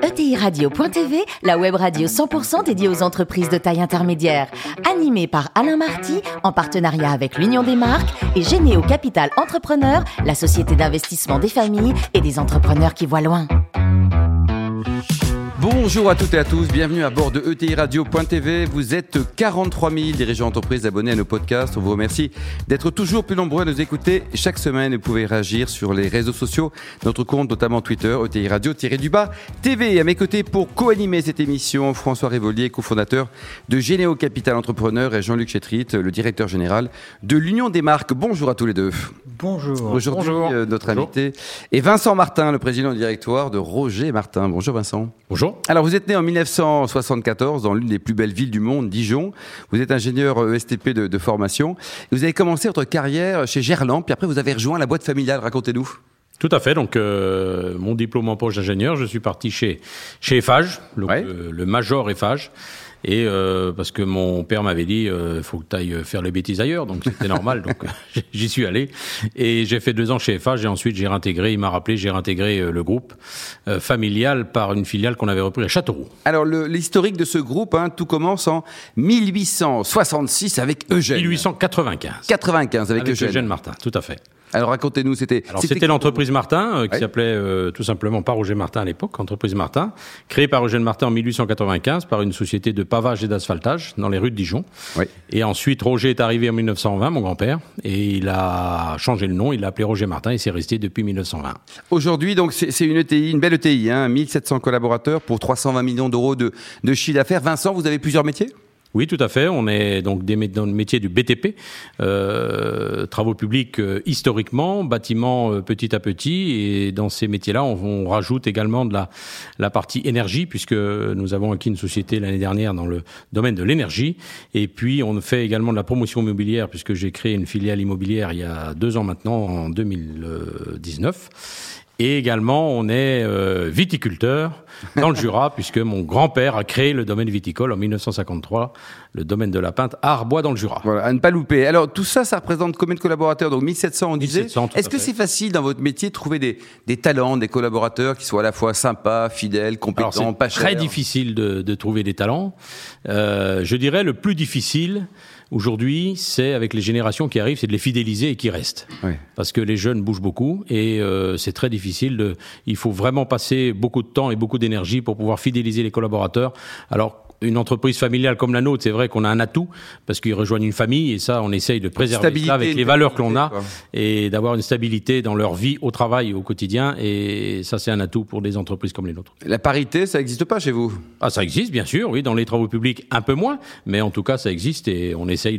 ETIRadio.tv, la web radio 100% dédiée aux entreprises de taille intermédiaire. Animée par Alain Marty, en partenariat avec l'Union des marques et Généo Capital Entrepreneur, la société d'investissement des familles et des entrepreneurs qui voient loin. Bonjour à toutes et à tous, bienvenue à bord de ETIRadio.tv. Vous êtes 43 000 dirigeants d'entreprises abonnés à nos podcasts. On vous remercie d'être toujours plus nombreux à nous écouter. Chaque semaine, vous pouvez réagir sur les réseaux sociaux, notre compte notamment Twitter, ETIRadio-TV. À mes côtés pour co-animer cette émission, François Révolier, cofondateur de Généo Capital Entrepreneur, et Jean-Luc Chétrit, le directeur général de l'Union des marques. Bonjour à tous les deux. Bonjour. Aujourd'hui, notre invité est Vincent Martin, le président du directoire de Roger Martin. Bonjour Vincent. Bonjour. Alors, vous êtes né en 1974 dans l'une des plus belles villes du monde, Dijon. Vous êtes ingénieur ESTP de formation. Et vous avez commencé votre carrière chez Gerland, puis après vous avez rejoint la boîte familiale. Racontez-nous. Tout à fait. Donc, mon diplôme en poche d'ingénieur, je suis parti chez Eiffage, le Major Eiffage. Et parce que mon père m'avait dit faut que tu ailles faire les bêtises ailleurs, donc c'était normal, donc j'y suis allé et j'ai fait 2 ans chez Eiffage et ensuite j'ai réintégré le groupe familial par une filiale qu'on avait repris à Châteauroux. Alors l'historique de ce groupe, tout commence en 1866 avec Eugène. 1895 avec Eugène Martin, tout à fait. Alors racontez-nous, c'était l'entreprise Martin qui s'appelait tout simplement pas Roger Martin à l'époque, entreprise Martin, créée par Eugène Martin en 1895 par une société de pavage et d'asphaltage dans les rues de Dijon. Oui. Et ensuite Roger est arrivé en 1920, mon grand-père, et il a changé le nom, il l'a appelé Roger Martin et c'est resté depuis 1920. Aujourd'hui donc c'est une ETI, une belle ETI, 1700 collaborateurs pour 320 millions d'euros de chiffre d'affaires. Vincent, vous avez plusieurs métiers ? Oui, tout à fait. On est donc dans le métier du BTP, travaux publics historiquement, bâtiments petit à petit. Et dans ces métiers-là, on rajoute également de la partie énergie, puisque nous avons acquis une société l'année dernière dans le domaine de l'énergie. Et puis, on fait également de la promotion immobilière, puisque j'ai créé une filiale immobilière il y a 2 ans maintenant, en 2019. Et également, on est viticulteur dans le Jura, puisque mon grand-père a créé le domaine viticole en 1953, le domaine de la Pinte à Arbois dans le Jura. Voilà, à ne pas louper. Alors, tout ça, ça représente combien de collaborateurs ? Donc 1700, on disait. 1700, Est-ce que c'est facile dans votre métier de trouver des talents, des collaborateurs qui soient à la fois sympas, fidèles, compétents, pas chers ? C'est très difficile de trouver des talents. Je dirais le plus difficile aujourd'hui, c'est avec les générations qui arrivent, c'est de les fidéliser et qui restent. Oui. Parce que les jeunes bougent beaucoup et c'est très difficile. Il faut vraiment passer beaucoup de temps et beaucoup d'énergie pour pouvoir fidéliser les collaborateurs. Alors, une entreprise familiale comme la nôtre, c'est vrai qu'on a un atout parce qu'ils rejoignent une famille et ça, on essaye de préserver ça avec les valeurs que l'on a et d'avoir une stabilité dans leur vie au travail et au quotidien. Et ça, c'est un atout pour des entreprises comme les nôtres. La parité, ça n'existe pas chez vous ? Ah, ça existe, bien sûr, oui. Dans les travaux publics, un peu moins, mais en tout cas, ça existe et on essaye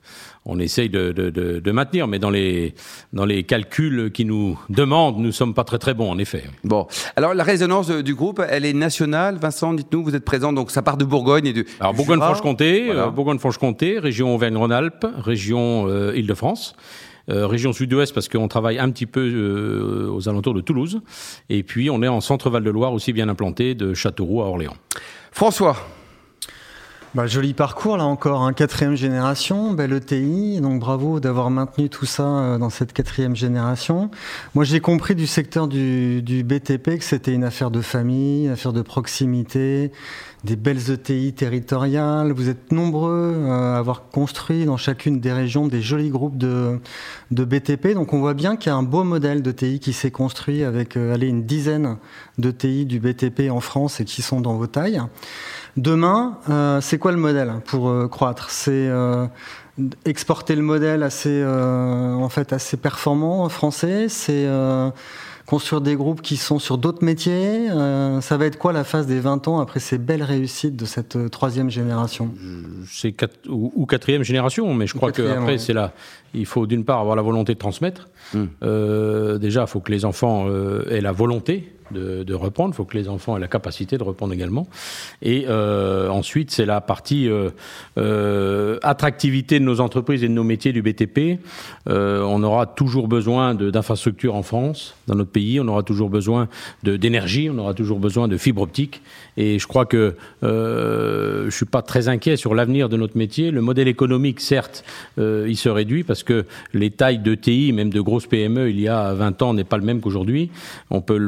de maintenir. Mais dans les calculs qui nous demandent, nous sommes pas très très bons, en effet. Bon. Alors, la résonance du groupe, elle est nationale. Vincent, dites-nous, vous êtes présent, donc ça part de Bourgogne. Alors Bourgogne-Franche-Comté, voilà. Bourgogne-Franche-Comté, région Auvergne-Rhône-Alpes, région Île-de-France, région Sud-Ouest parce qu'on travaille un petit peu aux alentours de Toulouse, et puis on est en centre-Val de Loire aussi bien implanté de Châteauroux à Orléans. François. Joli parcours là encore, 4e génération, belle ETI, donc bravo d'avoir maintenu tout ça dans cette 4e génération. Moi j'ai compris du secteur du BTP que c'était une affaire de famille, une affaire de proximité, des belles ETI territoriales. Vous êtes nombreux à avoir construit dans chacune des régions des jolis groupes de BTP, donc on voit bien qu'il y a un beau modèle d'ETI qui s'est construit avec une dizaine d'ETI du BTP en France et qui sont dans vos tailles. Demain, c'est quoi le modèle pour croître ? C'est exporter le modèle assez performant français. C'est construire des groupes qui sont sur d'autres métiers. Ça va être quoi la phase des 20 ans après ces belles réussites de cette 3e génération ? C'est 4e génération, mais je crois qu'après, c'est là. Il faut d'une part avoir la volonté de transmettre. Déjà, il faut que les enfants aient la volonté de reprendre. Il faut que les enfants aient la capacité de reprendre également. Et ensuite, c'est la partie attractivité de nos entreprises et de nos métiers du BTP. On aura toujours besoin d'infrastructures en France, dans notre pays. On aura toujours besoin d'énergie. On aura toujours besoin de fibres optiques. Et je crois que je suis pas très inquiet sur l'avenir de notre métier. Le modèle économique, certes, il se réduit parce que les tailles d'ETI, même de grosses PME, il y a 20 ans, n'est pas le même qu'aujourd'hui. On peut le voir à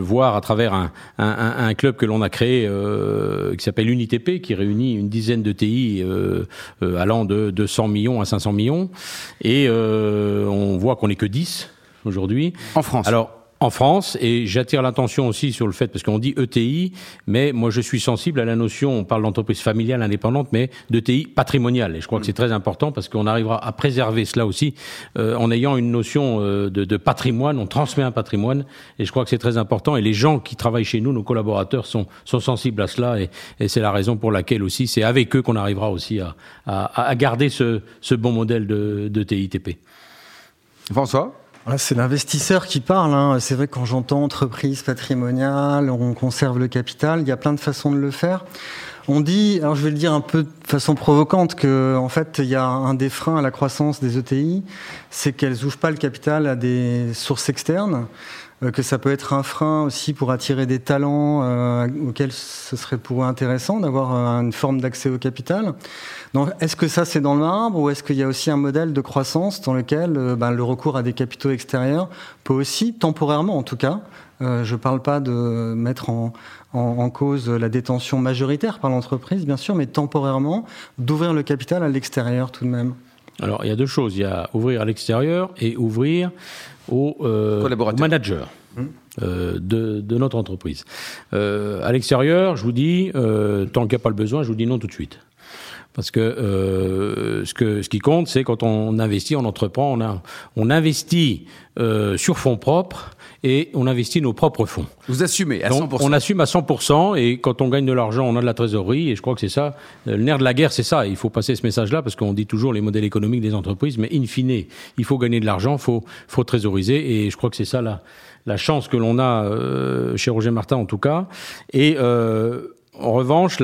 travers un club que l'on a créé qui s'appelle UniTP, qui réunit une dizaine de TI allant de 200 millions à 500 millions. Et on voit qu'on n'est que 10 aujourd'hui. En France. Alors, en France, et j'attire l'attention aussi sur le fait, parce qu'on dit ETI, mais moi je suis sensible à la notion, on parle d'entreprise familiale indépendante, mais de TI patrimoniale. Et je crois que c'est très important parce qu'on arrivera à préserver cela aussi en ayant une notion de patrimoine, on transmet un patrimoine, et je crois que c'est très important. Et les gens qui travaillent chez nous, nos collaborateurs, sont sensibles à cela, et c'est la raison pour laquelle aussi, c'est avec eux qu'on arrivera aussi à garder ce bon modèle de TITP. François ? C'est l'investisseur qui parle, hein. C'est vrai que quand j'entends entreprise patrimoniale, on conserve le capital, il y a plein de façons de le faire. On dit, alors je vais le dire un peu de façon provocante, que en fait il y a un des freins à la croissance des ETI, c'est qu'elles ouvrent pas le capital à des sources externes, que ça peut être un frein aussi pour attirer des talents auxquels ce serait pour eux intéressant d'avoir une forme d'accès au capital. Donc, est-ce que ça c'est dans le marbre, ou est-ce qu'il y a aussi un modèle de croissance dans lequel le recours à des capitaux extérieurs peut aussi, temporairement en tout cas, je ne parle pas de mettre en cause la détention majoritaire par l'entreprise, bien sûr, mais temporairement, d'ouvrir le capital à l'extérieur tout de même? Alors, il y a deux choses. Il y a ouvrir à l'extérieur et ouvrir aux managers de notre entreprise. À l'extérieur, je vous dis, tant qu'il n'y a pas le besoin, je vous dis non tout de suite. Parce que ce qui compte, c'est quand on investit, on entreprend, on investit sur fonds propres et on investit nos propres fonds. Vous assumez à 100%. Donc, on assume à 100%, et quand on gagne de l'argent, on a de la trésorerie, et je crois que c'est ça. Le nerf de la guerre, c'est ça. Il faut passer ce message-là, parce qu'on dit toujours les modèles économiques des entreprises, mais in fine, il faut gagner de l'argent, faut trésoriser, et je crois que c'est ça la chance que l'on a chez Roger Martin en tout cas. Et en revanche,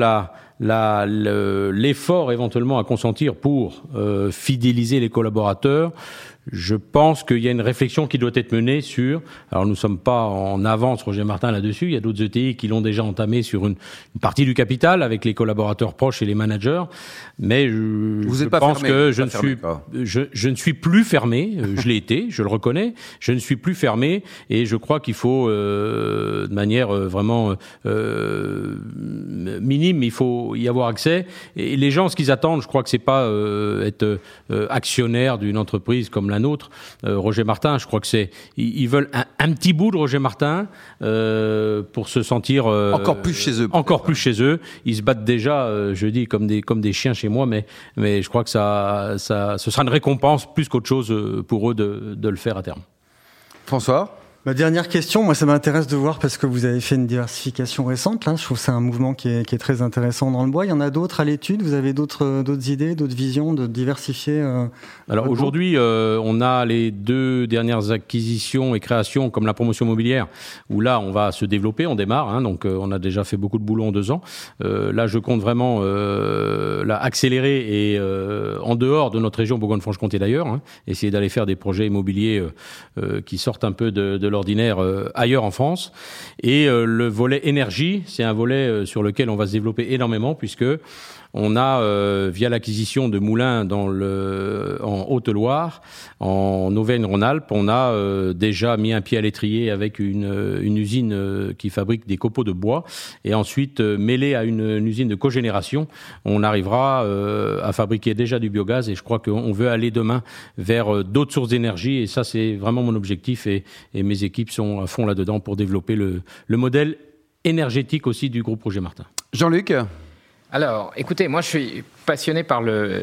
l'effort éventuellement à consentir pour fidéliser les collaborateurs, je pense qu'il y a une réflexion qui doit être menée sur... Alors, nous ne sommes pas en avance, Roger Martin, là-dessus. Il y a d'autres ETI qui l'ont déjà entamé sur une partie du capital avec les collaborateurs proches et les managers. Mais je pense que je ne suis plus fermé. Je l'ai été, je le reconnais. Je ne suis plus fermé, et je crois qu'il faut, de manière vraiment minime, il faut y avoir accès. Et les gens, ce qu'ils attendent, je crois que c'est pas être actionnaire d'une entreprise comme la nôtre. Roger Martin, je crois que ils veulent un petit bout de Roger Martin pour se sentir encore plus chez eux. Encore plus chez eux. Ils se battent déjà, je dis, comme des chiens chez moi, mais je crois que ce sera une récompense plus qu'autre chose pour eux de le faire à terme. François ? Ma dernière question, moi ça m'intéresse de voir, parce que vous avez fait une diversification récente, là. Je trouve que c'est un mouvement qui est très intéressant dans le bois. Il y en a d'autres à l'étude? Vous avez d'autres idées, d'autres visions de diversifier Alors aujourd'hui, on a les 2 dernières acquisitions et créations comme la promotion immobilière, où là on va se développer, on démarre, donc on a déjà fait beaucoup de boulot en 2 ans. Là je compte vraiment accélérer, et en dehors de notre région Bourgogne-Franche-Comté d'ailleurs, essayer d'aller faire des projets immobiliers qui sortent un peu de l'ordinaire ailleurs en France. Et le volet énergie, c'est un volet sur lequel on va se développer énormément, puisque on a, via l'acquisition de moulins en Haute-Loire, en Auvergne-Rhône-Alpes, on a déjà mis un pied à l'étrier avec une usine qui fabrique des copeaux de bois, et ensuite mêlé à une usine de cogénération, on arrivera à fabriquer déjà du biogaz, et je crois qu'on veut aller demain vers d'autres sources d'énergie, et ça c'est vraiment mon objectif, et mes équipes sont à fond là-dedans pour développer le modèle énergétique aussi du groupe Roger Martin. Jean-Luc ? Alors, écoutez, moi je suis passionné par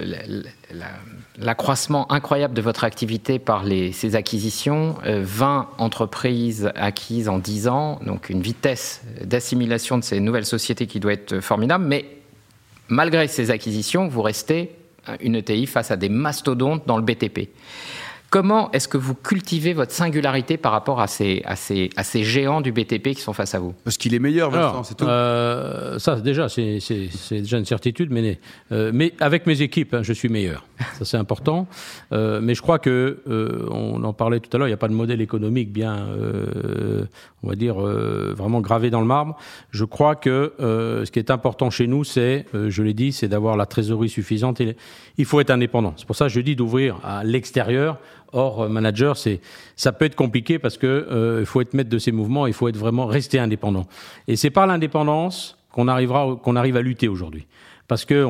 l'accroissement incroyable de votre activité par ces acquisitions. 20 entreprises acquises en 10 ans, donc une vitesse d'assimilation de ces nouvelles sociétés qui doit être formidable. Mais malgré ces acquisitions, vous restez une ETI face à des mastodontes dans le BTP. Comment est-ce que vous cultivez votre singularité par rapport à ces géants du BTP qui sont face à vous ? Parce qu'il est meilleur, Vincent, c'est tout. Ça, déjà, c'est déjà une certitude, mais avec mes équipes, je suis meilleur. Ça, c'est important. Mais je crois que, on en parlait tout à l'heure, il n'y a pas de modèle économique bien, on va dire, vraiment gravé dans le marbre. Je crois que ce qui est important chez nous, c'est, je l'ai dit, c'est d'avoir la trésorerie suffisante. Et il faut être indépendant. C'est pour ça que je dis d'ouvrir à l'extérieur, hors manager, ça peut être compliqué parce que il faut être maître de ses mouvements, il faut être vraiment rester indépendant. Et c'est par l'indépendance qu'on arrive à lutter aujourd'hui. Parce que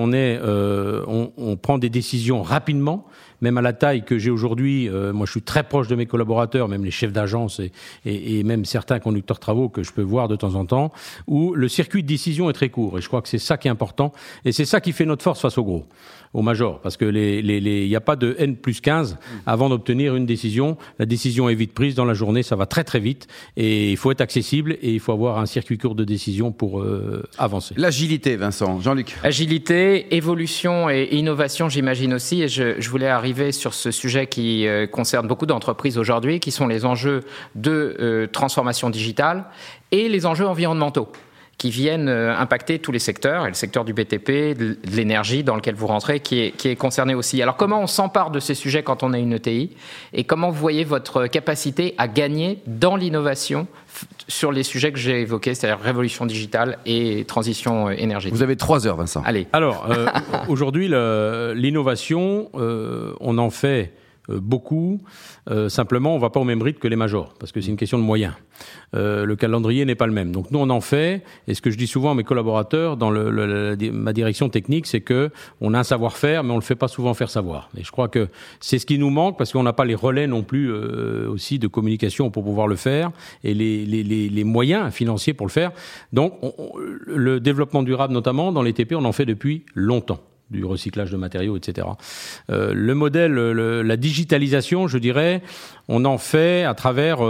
on prend des décisions rapidement, même à la taille que j'ai aujourd'hui. Moi, je suis très proche de mes collaborateurs, même les chefs d'agence et même certains conducteurs travaux que je peux voir de temps en temps, où le circuit de décision est très court. Et je crois que c'est ça qui est important. Et c'est ça qui fait notre force face aux gros, aux majors. Parce que il n'y a pas de N+15 avant d'obtenir une décision. La décision est vite prise dans la journée, ça va très très vite. Et il faut être accessible et il faut avoir un circuit court de décision pour avancer. L'agilité, Vincent. Jean-Luc. Agilité, évolution et innovation, j'imagine aussi. Et je voulais arriver sur ce sujet qui concerne beaucoup d'entreprises aujourd'hui, qui sont les enjeux de transformation digitale et les enjeux environnementaux qui viennent impacter tous les secteurs, et le secteur du BTP, de l'énergie dans lequel vous rentrez, qui est concerné aussi. Alors comment on s'empare de ces sujets quand on est une ETI, et comment vous voyez votre capacité à gagner dans l'innovation sur les sujets que j'ai évoqués, c'est-à-dire révolution digitale et transition énergétique. Vous avez 3 heures, Vincent. Allez. Alors, aujourd'hui, l'innovation, on en fait beaucoup. Simplement, on ne va pas au même rythme que les majors, parce que c'est une question de moyens. Le calendrier n'est pas le même. Donc nous, on en fait, et ce que je dis souvent à mes collaborateurs dans ma direction technique, c'est qu'on a un savoir-faire, mais on ne le fait pas souvent faire savoir. Et je crois que c'est ce qui nous manque, parce qu'on n'a pas les relais non plus aussi de communication pour pouvoir le faire, et les moyens financiers pour le faire. Donc le développement durable, notamment dans les TP, on en fait depuis longtemps. Du recyclage de matériaux, etc. Le modèle, la digitalisation, je dirais, on en fait à travers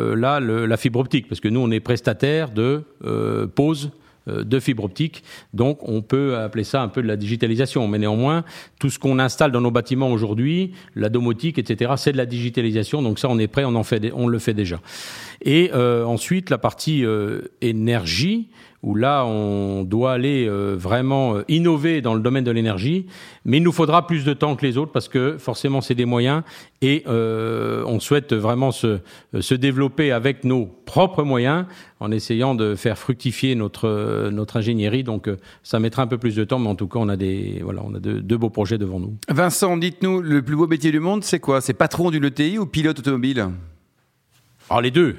la fibre optique, parce que nous, on est prestataire de pose de fibre optique, donc on peut appeler ça un peu de la digitalisation, mais néanmoins, tout ce qu'on installe dans nos bâtiments aujourd'hui, la domotique, etc., c'est de la digitalisation, donc ça, on est prêt, on le fait déjà. Et ensuite, la partie énergie, où là, on doit aller vraiment innover dans le domaine de l'énergie, mais il nous faudra plus de temps que les autres, parce que forcément, c'est des moyens, et on souhaite vraiment se développer avec nos propres moyens, en essayant de faire fructifier notre ingénierie. Donc, ça mettra un peu plus de temps, mais en tout cas, on a deux beaux projets devant nous. Vincent, dites-nous, le plus beau métier du monde, c'est quoi? C'est patron d'une ETI ou pilote automobile? Alors, les deux.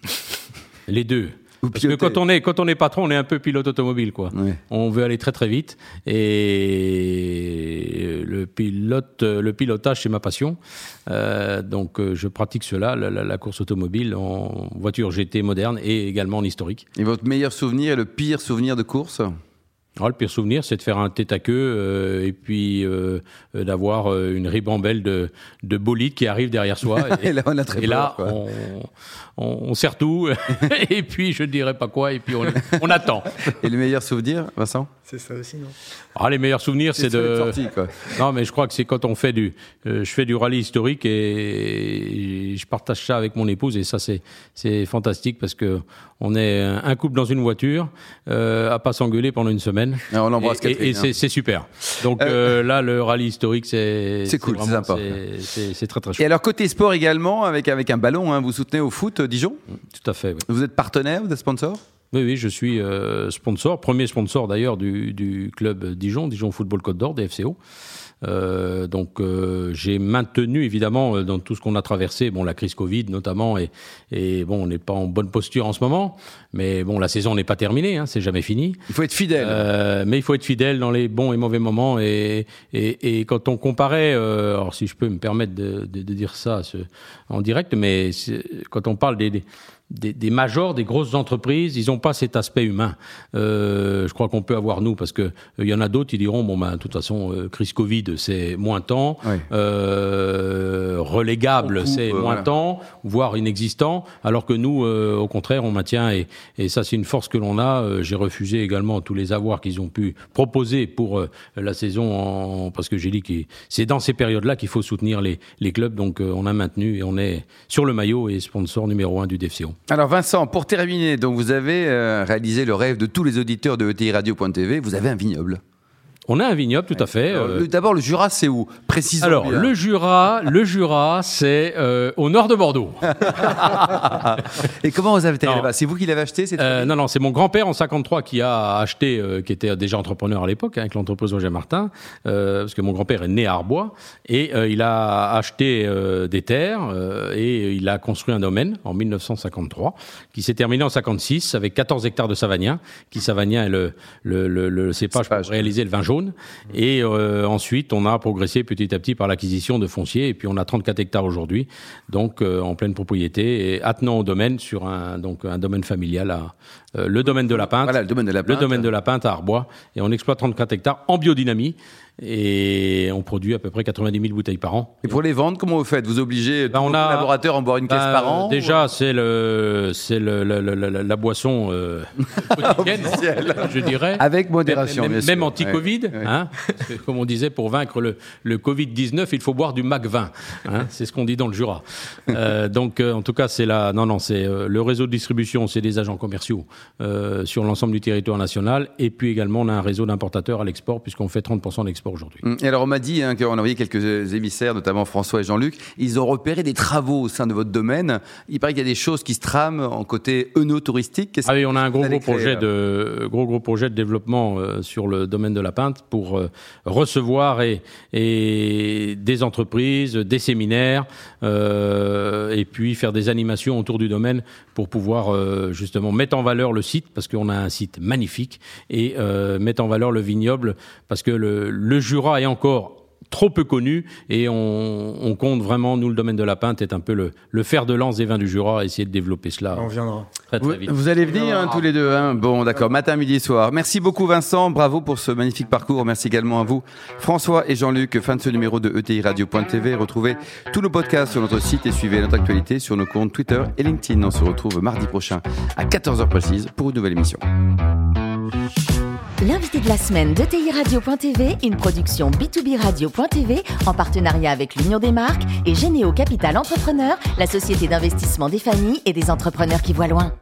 Les deux. Parce que quand on est patron, on est un peu pilote automobile, quoi. Ouais. On veut aller très très vite, et le pilotage, c'est ma passion. Donc je pratique cela, la course automobile en voiture GT moderne et également en historique. Et votre meilleur souvenir et le pire souvenir de course? Alors, le pire souvenir, c'est de faire un tête à queue et puis d'avoir une ribambelle de bolides qui arrive derrière soi. Et là, on a très peur, là, on serre tout. Et puis, je ne dirais pas quoi. Et puis, on attend. Et le meilleur souvenir, Vincent? C'est ça aussi, non? Ah, les meilleurs souvenirs, c'est de... sortie, quoi. Non, mais je crois que c'est quand on fait je fais du rallye historique et je partage ça avec mon épouse, et ça, c'est fantastique, parce que on est un couple dans une voiture, à pas s'engueuler pendant une semaine. On l'embrasse, Catherine. Et c'est super. Donc là, le rallye historique, c'est cool, c'est sympa. C'est très très chouette. Et alors, côté sport également, avec un ballon, hein, vous soutenez au foot Dijon? Tout à fait, oui. Vous êtes partenaire, vous êtes sponsor? Oui, je suis sponsor, premier sponsor d'ailleurs du club Dijon Football Côte d'Or, DFCO. Donc j'ai maintenu évidemment dans tout ce qu'on a traversé, la crise Covid notamment, et bon, on n'est pas en bonne posture en ce moment, mais bon, la saison n'est pas terminée, hein, c'est jamais fini. Il faut être fidèle. Mais il faut être fidèle dans les bons et mauvais moments, et quand on comparait, alors si je peux me permettre de dire ça en direct, mais quand on parle des majors, des grosses entreprises, ils n'ont pas cet aspect humain. Je crois qu'on peut avoir nous, parce que il y en a d'autres, ils diront de toute façon, crise Covid, c'est moins temps, oui. Relégable, c'est moins temps, voire inexistant, alors que nous, au contraire, on maintient, et ça, c'est une force que l'on a. J'ai refusé également tous les avoirs qu'ils ont pu proposer pour la saison, parce que j'ai dit que c'est dans ces périodes-là qu'il faut soutenir les clubs, donc on a maintenu, et on est sur le maillot et sponsor numéro 1 du DFCO. Alors Vincent, pour terminer, donc vous avez réalisé le rêve de tous les auditeurs de ETI Radio.tv, vous avez un vignoble. On a un vignoble, tout à fait. D'abord, le Jura, c'est où? Précisons. Alors, bien. le Jura, c'est au nord de Bordeaux. Et comment vous avez été là-bas? C'est vous qui l'avez acheté? Non, c'est mon grand-père en 53 qui a acheté, qui était déjà entrepreneur à l'époque, avec l'entreprise Roger Martin, parce que mon grand-père est né à Arbois, et il a acheté des terres, et il a construit un domaine en 1953, qui s'est terminé en 56 avec 14 hectares de savagnin, qui savagnin est le cépage pour réaliser le vin jaune. Et ensuite, on a progressé petit à petit par l'acquisition de foncier. Et puis, on a 34 hectares aujourd'hui, donc en pleine propriété, et attenant au domaine sur un domaine familial, le domaine de la Pinte. Voilà, le domaine de la Pinte. Le domaine de la Pinte à Arbois. Et on exploite 34 hectares en biodynamie. Et on produit à peu près 90 000 bouteilles par an. Et pour les vendre, comment vous faites? Vous obligez vos collaborateurs à en boire une caisse par an? Déjà, c'est la boisson quotidienne, je dirais. Avec modération, bien sûr. Même anti-Covid. Ouais. Hein, parce que, comme on disait, pour vaincre le Covid-19, il faut boire du Mac 20. Hein, c'est ce qu'on dit dans le Jura. Donc, en tout cas, c'est le réseau de distribution, c'est des agents commerciaux sur l'ensemble du territoire national. Et puis également, on a un réseau d'importateurs à l'export, puisqu'on fait 30% d'export aujourd'hui. Et alors, on m'a dit qu'on a envoyé quelques émissaires, notamment François et Jean-Luc. Ils ont repéré des travaux au sein de votre domaine. Il paraît qu'il y a des choses qui se trament en côté œnotouristique. Ah oui, on a un gros projet de développement sur le domaine de la Pinte pour recevoir et des entreprises, des séminaires, et puis faire des animations autour du domaine pour pouvoir justement mettre en valeur le site, parce qu'on a un site magnifique, et mettre en valeur le vignoble, parce que le Jura est encore trop peu connu, et on compte vraiment, nous, le domaine de la Pinte est un peu le fer de lance des vins du Jura, essayer de développer cela. On viendra. Très, très vite. Vous allez venir tous les deux, hein? Bon, d'accord, matin, midi, soir. Merci beaucoup Vincent, bravo pour ce magnifique parcours. Merci également à vous François et Jean-Luc. Fin de ce numéro de ETI Radio.tv. Retrouvez tous nos podcasts sur notre site et suivez notre actualité sur nos comptes Twitter et LinkedIn. On se retrouve mardi prochain à 14h précise pour une nouvelle émission. L'invité de la semaine de TI Radio.tv, une production B2B Radio.tv en partenariat avec l'Union des marques et Généo Capital Entrepreneur, la société d'investissement des familles et des entrepreneurs qui voient loin.